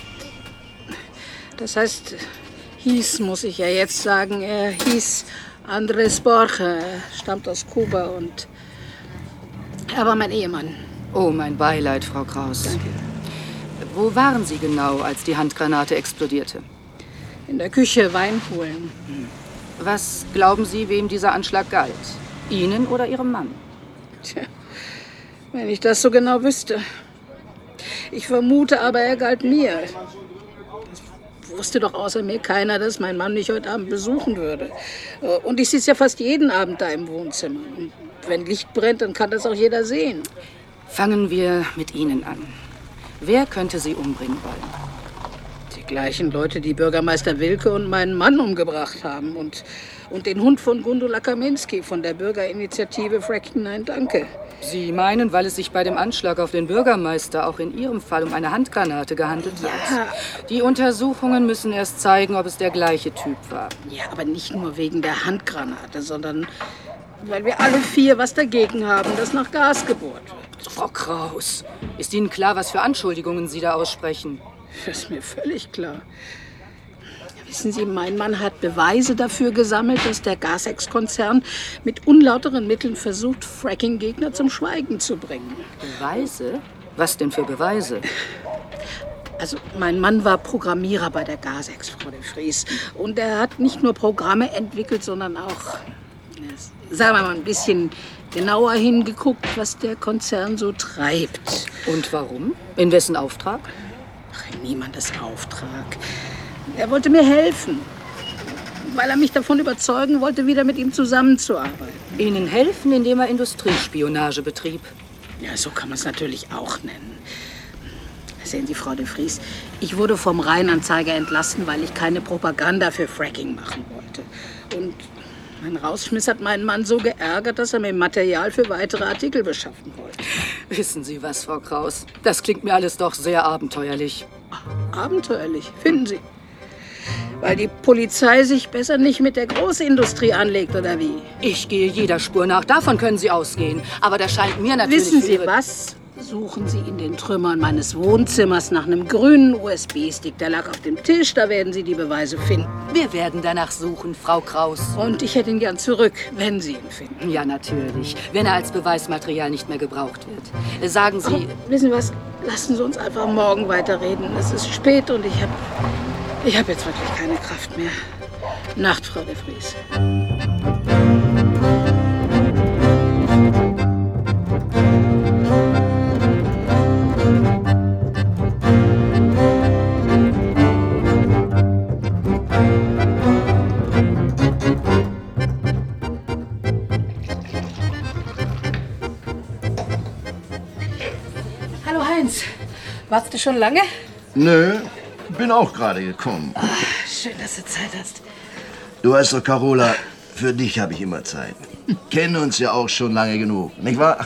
Das heißt, hieß, muss ich ja jetzt sagen. Er hieß Andrés Borja. Er stammt aus Kuba und er war mein Ehemann. Oh, mein Beileid, Frau Kraus. Danke. Wo waren Sie genau, als die Handgranate explodierte? In der Küche Wein holen. Was glauben Sie, wem dieser Anschlag galt? Ihnen oder Ihrem Mann? Tja, wenn ich das so genau wüsste. Ich vermute aber, er galt mir. Das wusste doch außer mir keiner, dass mein Mann mich heute Abend besuchen würde. Und ich sitze ja fast jeden Abend da im Wohnzimmer. Und wenn Licht brennt, dann kann das auch jeder sehen. Fangen wir mit Ihnen an. Wer könnte Sie umbringen wollen? Die gleichen Leute, die Bürgermeister Wilke und meinen Mann umgebracht haben. Und, und den Hund von Gundula Kaminski von der Bürgerinitiative Fracking Nein Danke. Sie meinen, weil es sich bei dem Anschlag auf den Bürgermeister auch in Ihrem Fall um eine Handgranate gehandelt hat? Ja. Die Untersuchungen müssen erst zeigen, ob es der gleiche Typ war. Ja, aber nicht nur wegen der Handgranate, sondern weil wir alle vier was dagegen haben, dass nach Gas gebohrt wird. Frau Kraus, ist Ihnen klar, was für Anschuldigungen Sie da aussprechen? Das ist mir völlig klar. Wissen Sie, mein Mann hat Beweise dafür gesammelt, dass der Gasex-Konzern mit unlauteren Mitteln versucht, Fracking-Gegner zum Schweigen zu bringen. Beweise? Was denn für Beweise? Also, mein Mann war Programmierer bei der Gasex, Frau de Vries. Und er hat nicht nur Programme entwickelt, sondern auch, sagen wir mal, ein bisschen genauer hingeguckt, was der Konzern so treibt. Und warum? In wessen Auftrag? Ach, in niemandes Auftrag. Er wollte mir helfen, weil er mich davon überzeugen wollte, wieder mit ihm zusammenzuarbeiten. Ihnen helfen, indem er Industriespionage betrieb? Ja, so kann man es natürlich auch nennen. Sehen Sie, Frau de Vries, ich wurde vom Rheinanzeiger entlassen, weil ich keine Propaganda für Fracking machen wollte. Und mein Rausschmiss hat meinen Mann so geärgert, dass er mir Material für weitere Artikel beschaffen wollte. Wissen Sie was, Frau Kraus? Das klingt mir alles doch sehr abenteuerlich. Abenteuerlich, finden Sie? Weil die Polizei sich besser nicht mit der Großindustrie anlegt, oder wie? Ich gehe jeder Spur nach, davon können Sie ausgehen. Aber das scheint mir natürlich... Wissen Sie was? Suchen Sie in den Trümmern meines Wohnzimmers nach einem grünen U S B-Stick. Der lag auf dem Tisch, da werden Sie die Beweise finden. Wir werden danach suchen, Frau Kraus. Und ich hätte ihn gern zurück, wenn Sie ihn finden. Ja, natürlich. Wenn er als Beweismaterial nicht mehr gebraucht wird. Sagen Sie... Oh, wissen Sie was? Lassen Sie uns einfach morgen weiterreden. Es ist spät und ich habe ich hab jetzt wirklich keine Kraft mehr. Nacht, Frau de Vries. Hallo Heinz, warst du schon lange? Nö, bin auch gerade gekommen. Oh, schön, dass du Zeit hast. Du weißt doch, Carola, für dich habe ich immer Zeit. Kennen uns ja auch schon lange genug, nicht wahr?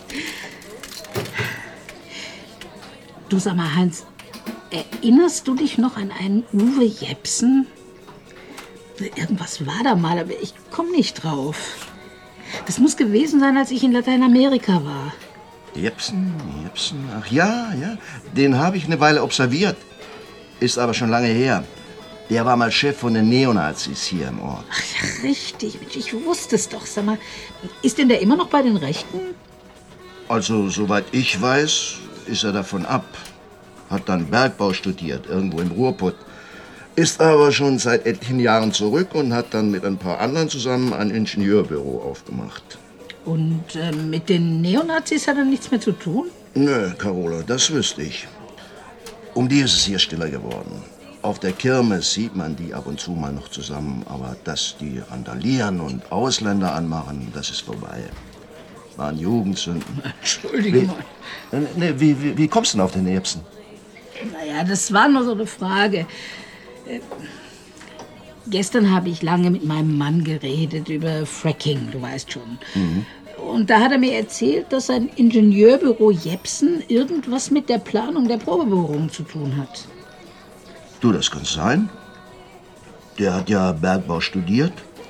Du, sag mal, Heinz, erinnerst du dich noch an einen Uwe Jepsen? Irgendwas war da mal, aber ich komme nicht drauf. Das muss gewesen sein, als ich in Lateinamerika war. Jepsen, Jepsen, ach ja, ja, den habe ich eine Weile observiert. Ist aber schon lange her. Der war mal Chef von den Neonazis hier im Ort. Ach ja, richtig. Mensch, ich wusste es doch. Sag mal, ist denn der immer noch bei den Rechten? Also, soweit ich weiß, ist er davon ab. Hat dann Bergbau studiert, irgendwo im Ruhrpott. Ist aber schon seit etlichen Jahren zurück und hat dann mit ein paar anderen zusammen ein Ingenieurbüro aufgemacht. Und äh, mit den Neonazis hat er nichts mehr zu tun? Nö, Carola, das wüsste ich. Um die ist es hier stiller geworden. Auf der Kirmes sieht man die ab und zu mal noch zusammen, aber dass die randalieren und Ausländer anmachen, das ist vorbei. Waren Jugendsünden. Entschuldige wie, mal. Ne, wie, wie, wie kommst du denn auf den Jepsen? Naja, das war nur so eine Frage. Äh, gestern habe ich lange mit meinem Mann geredet über Fracking, du weißt schon. Mhm. Und da hat er mir erzählt, dass sein Ingenieurbüro Jepsen irgendwas mit der Planung der Probebohrung zu tun hat. Du, das kann sein. Der hat ja Bergbau studiert.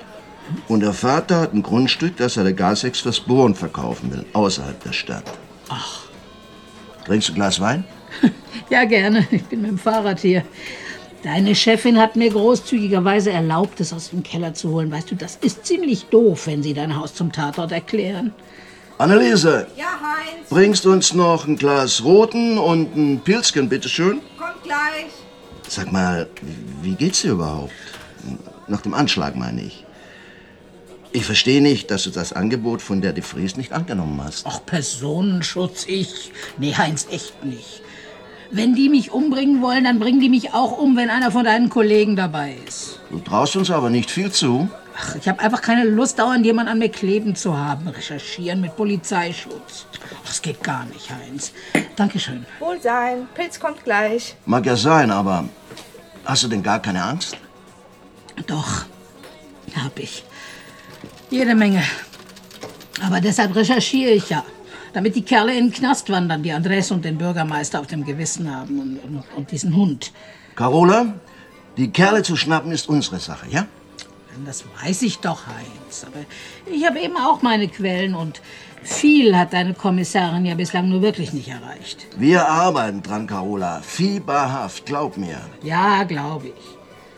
Und der Vater hat ein Grundstück, das er der Gasex fürs Bohren verkaufen will, außerhalb der Stadt. Ach. Trinkst du ein Glas Wein? Ja, gerne. Ich bin mit dem Fahrrad hier. Deine Chefin hat mir großzügigerweise erlaubt, es aus dem Keller zu holen. Weißt du, das ist ziemlich doof, wenn sie dein Haus zum Tatort erklären. Anneliese. Ja, Heinz. Bringst uns noch ein Glas Roten und ein Pilzchen, bitteschön? Kommt gleich. Sag mal, wie geht's dir überhaupt? Nach dem Anschlag, meine ich. Ich verstehe nicht, dass du das Angebot von der de Vries nicht angenommen hast. Ach, Personenschutz, ich? Nee, Heinz, echt nicht. Wenn die mich umbringen wollen, dann bringen die mich auch um, wenn einer von deinen Kollegen dabei ist. Du traust uns aber nicht viel zu. Ach, ich habe einfach keine Lust, dauernd jemand an mir kleben zu haben. Recherchieren mit Polizeischutz. Ach, das geht gar nicht, Heinz. Dankeschön. Wohlsein. Pilz kommt gleich. Mag ja sein, aber hast du denn gar keine Angst? Doch, hab ich. Jede Menge. Aber deshalb recherchiere ich ja. Damit die Kerle in den Knast wandern, die Andres und den Bürgermeister auf dem Gewissen haben und, und, und diesen Hund. Carola, die Kerle zu schnappen ist unsere Sache, ja? Das weiß ich doch, Heinz. Aber ich habe eben auch meine Quellen und viel hat deine Kommissarin ja bislang nur wirklich nicht erreicht. Wir arbeiten dran, Carola. Fieberhaft, glaub mir. Ja, glaube ich.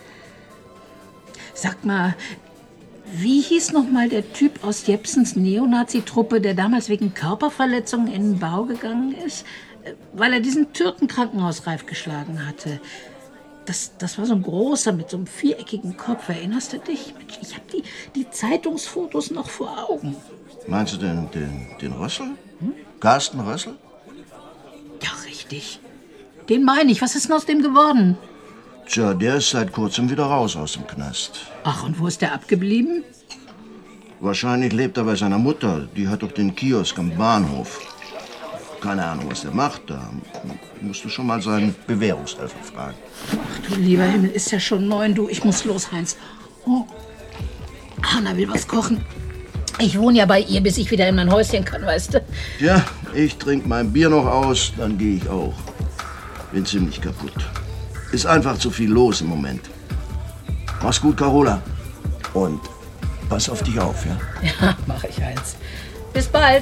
Sag mal, wie hieß noch mal der Typ aus Jepsens Neonazi-Truppe, der damals wegen Körperverletzungen in den Bau gegangen ist? Weil er diesen Türken krankenhausreif geschlagen hatte. Das, das war so ein großer mit so einem viereckigen Kopf. Erinnerst du dich? Mensch, ich habe die, die Zeitungsfotos noch vor Augen. Meinst du den, den, den Rössel? Hm? Carsten Rössel? Ja, richtig. Den meine ich. Was ist denn aus dem geworden? Tja, der ist seit kurzem wieder raus aus dem Knast. Ach, und wo ist der abgeblieben? Wahrscheinlich lebt er bei seiner Mutter. Die hat doch den Kiosk am Bahnhof. Keine Ahnung, was der macht. Da musst du schon mal seinen Bewährungshelfer fragen. Ach du lieber Himmel, ist ja schon neun. Du, ich muss los, Heinz. Oh. Hanna will was kochen. Ich wohne ja bei ihr, bis ich wieder in mein Häuschen kann, weißt du? Ja, ich trinke mein Bier noch aus, dann gehe ich auch. Bin ziemlich kaputt. Ist einfach zu viel los im Moment. Mach's gut, Carola. Und pass auf dich auf, ja? Ja, mach ich, Heinz. Bis bald.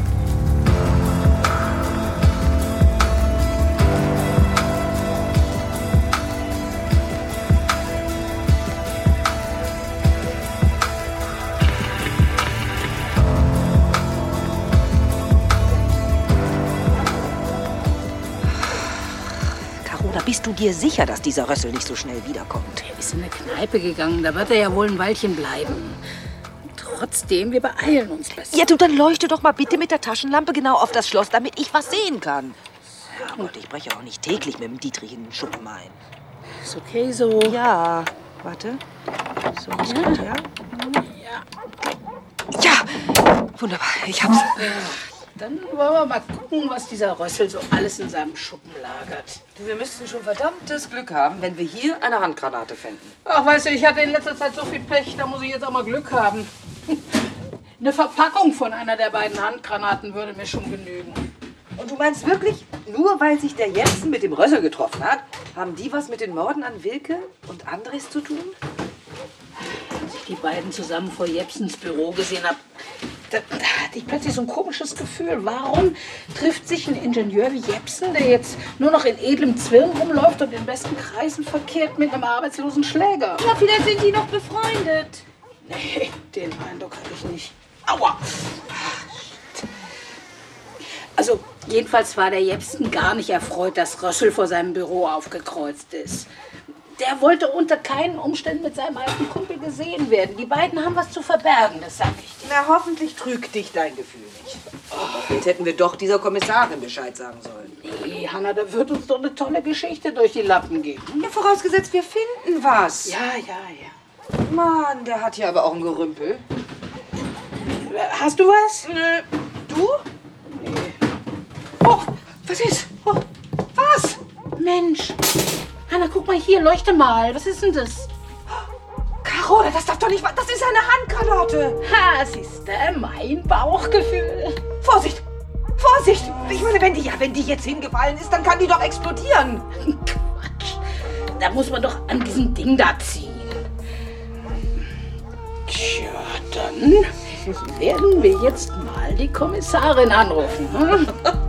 Bist du dir sicher, dass dieser Rössel nicht so schnell wiederkommt? Er ist in eine Kneipe gegangen. Da wird er ja wohl ein Weilchen bleiben. Trotzdem, wir beeilen uns besser. Ja, du, dann leuchte doch mal bitte mit der Taschenlampe genau auf das Schloss, damit ich was sehen kann. Ja, Gott, ich breche auch nicht täglich mit dem Dietrich in den Schuppen ein. Ist okay so. Ja, warte. So ist ja. gut, ja? Ja. Ja, wunderbar, ich hab's. Dann wollen wir mal gucken, was dieser Rössel so alles in seinem Schuppen lagert. Du, wir müssten schon verdammtes Glück haben, wenn wir hier eine Handgranate fänden. Ach, weißt du, ich hatte in letzter Zeit so viel Pech, da muss ich jetzt auch mal Glück haben. Eine Verpackung von einer der beiden Handgranaten würde mir schon genügen. Und du meinst wirklich, nur weil sich der Jepsen mit dem Rössel getroffen hat, haben die was mit den Morden an Wilke und Andres zu tun? Als ich die beiden zusammen vor Jepsens Büro gesehen habe, da, da hatte ich plötzlich so ein komisches Gefühl. Warum trifft sich ein Ingenieur wie Jepsen, der jetzt nur noch in edlem Zwirn rumläuft und in besten Kreisen verkehrt, mit einem arbeitslosen Schläger? Ja, vielleicht sind die noch befreundet. Nee, den Eindruck hatte ich nicht. Aua! Also, jedenfalls war der Jepsen gar nicht erfreut, dass Rössel vor seinem Büro aufgekreuzt ist. Der wollte unter keinen Umständen mit seinem alten Kumpel gesehen werden. Die beiden haben was zu verbergen, das sag ich dir. Na, hoffentlich trügt dich dein Gefühl nicht. Oh, jetzt hätten wir doch dieser Kommissarin Bescheid sagen sollen. Nee, Hanna, da wird uns doch eine tolle Geschichte durch die Lappen gehen. Ja, vorausgesetzt, wir finden was. Ja, ja, ja. Mann, der hat hier aber auch ein Gerümpel. Hast du was? Nö. Du? Nee. Oh, was ist? Oh, was? Mensch. Hanna, guck mal hier, leuchte mal. Was ist denn das? Carola, das darf doch nicht wahr. Das ist eine Handgranate. Ha, siehst du, mein Bauchgefühl. Vorsicht! Vorsicht! Ich meine, wenn die, ja, wenn die jetzt hingefallen ist, dann kann die doch explodieren. Quatsch. Da muss man doch an diesem Ding da ziehen. Tja. Dann werden wir jetzt mal die Kommissarin anrufen. Hm?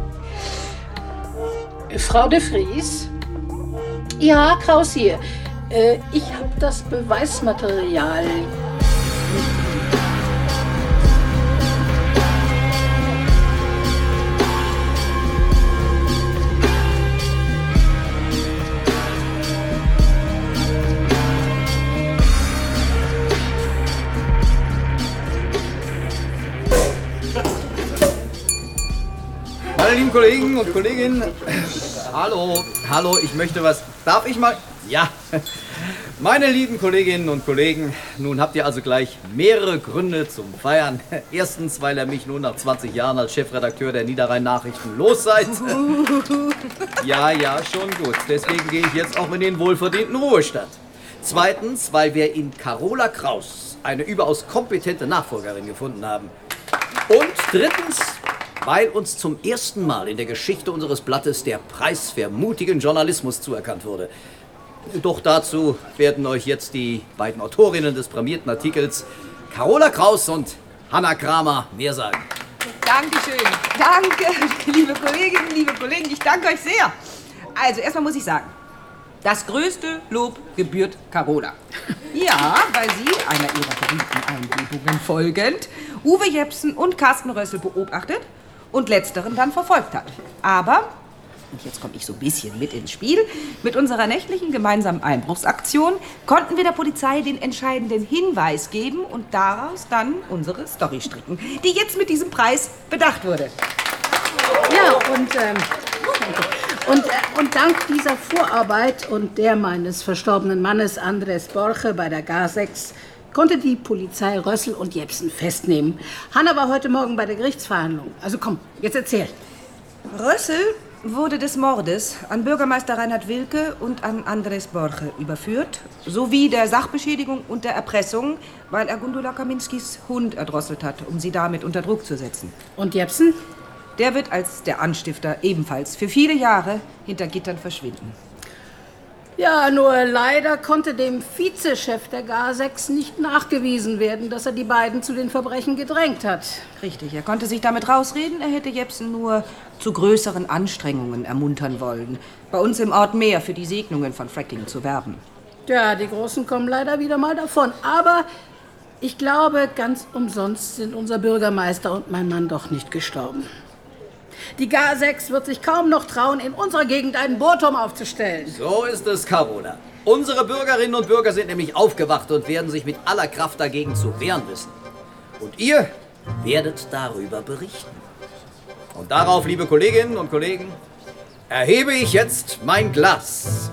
Frau de Vries? Ja, Kraus hier. Äh, ich habe das Beweismaterial. Meine lieben Kollegen und Kolleginnen, hallo, hallo, ich möchte was, darf ich mal? Ja, meine lieben Kolleginnen und Kollegen, nun habt ihr also gleich mehrere Gründe zum Feiern. Erstens, weil ihr mich nun nach zwanzig Jahren als Chefredakteur der Niederrhein-Nachrichten los seid. Ja, ja, schon gut, deswegen gehe ich jetzt auch in den wohlverdienten Ruhestand. Zweitens, weil wir in Carola Kraus eine überaus kompetente Nachfolgerin gefunden haben. Und drittens, weil uns zum ersten Mal in der Geschichte unseres Blattes der Preis für mutigen Journalismus zuerkannt wurde. Doch dazu werden euch jetzt die beiden Autorinnen des prämierten Artikels, Carola Kraus und Hanna Kramer, mehr sagen. Dankeschön. Danke, liebe Kolleginnen, liebe Kollegen, ich danke euch sehr. Also, erstmal muss ich sagen, das größte Lob gebührt Carola. Ja, weil sie, einer ihrer berühmten Eingebungen folgend, Uwe Jepsen und Carsten Rössel beobachtet und letzteren dann verfolgt hat. Aber, und jetzt komme ich so ein bisschen mit ins Spiel, mit unserer nächtlichen gemeinsamen Einbruchsaktion konnten wir der Polizei den entscheidenden Hinweis geben und daraus dann unsere Story stricken, die jetzt mit diesem Preis bedacht wurde. Ja, und, ähm, und, äh, und dank dieser Vorarbeit und der meines verstorbenen Mannes Andres Borche bei der G A sechs konnte die Polizei Rössel und Jepsen festnehmen. Hanna war heute Morgen bei der Gerichtsverhandlung. Also komm, jetzt erzähl. Rössel wurde des Mordes an Bürgermeister Reinhard Wilke und an Andres Borche überführt, sowie der Sachbeschädigung und der Erpressung, weil er Gundula Kaminskis Hund erdrosselt hat, um sie damit unter Druck zu setzen. Und Jepsen? Der wird als der Anstifter ebenfalls für viele Jahre hinter Gittern verschwinden. Ja, nur leider konnte dem Vizechef der G A sechs nicht nachgewiesen werden, dass er die beiden zu den Verbrechen gedrängt hat. Richtig, er konnte sich damit rausreden, er hätte Jepsen nur zu größeren Anstrengungen ermuntern wollen, bei uns im Ort mehr für die Segnungen von Fracking zu werben. Ja, die Großen kommen leider wieder mal davon. Aber ich glaube, ganz umsonst sind unser Bürgermeister und mein Mann doch nicht gestorben. Die G A sechs wird sich kaum noch trauen, in unserer Gegend einen Bohrturm aufzustellen. So ist es, Carola. Unsere Bürgerinnen und Bürger sind nämlich aufgewacht und werden sich mit aller Kraft dagegen zu wehren wissen. Und ihr werdet darüber berichten. Und darauf, liebe Kolleginnen und Kollegen, erhebe ich jetzt mein Glas.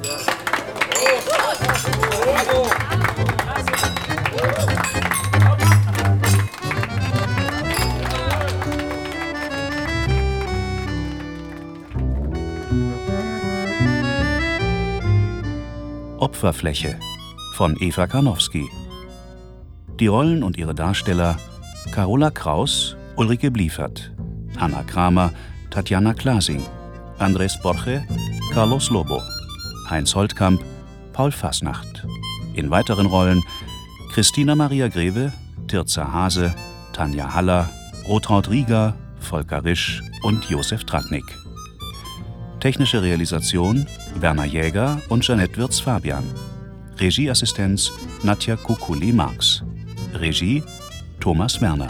Opferfläche von Eva Karnowski. Die Rollen und ihre Darsteller: Carola Kraus, Ulrike Bliefert, Hanna Kramer, Tatjana Klasing, Andres Borche, Carlos Lobo, Heinz Holtkamp, Paul Fasnacht. In weiteren Rollen Christina Maria Greve, Tirza Hase, Tanja Haller, Rotraud Rieger, Volker Risch und Josef Tratnik. Technische Realisation Werner Jäger und Jeanette Wirz-Fabian. Regieassistenz Nadja Kukuli-Marx. Regie Thomas Werner.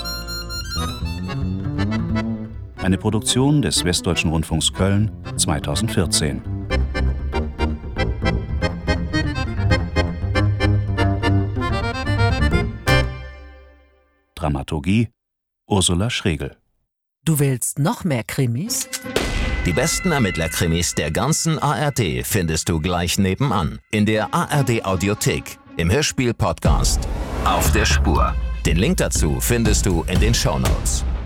Eine Produktion des Westdeutschen Rundfunks Köln zweitausendvierzehn. Dramaturgie Ursula Schregel. Du willst noch mehr Krimis? Die besten Ermittlerkrimis der ganzen A R D findest du gleich nebenan. In der A R D Audiothek, im Hörspiel-Podcast Auf der Spur. Den Link dazu findest du in den Shownotes.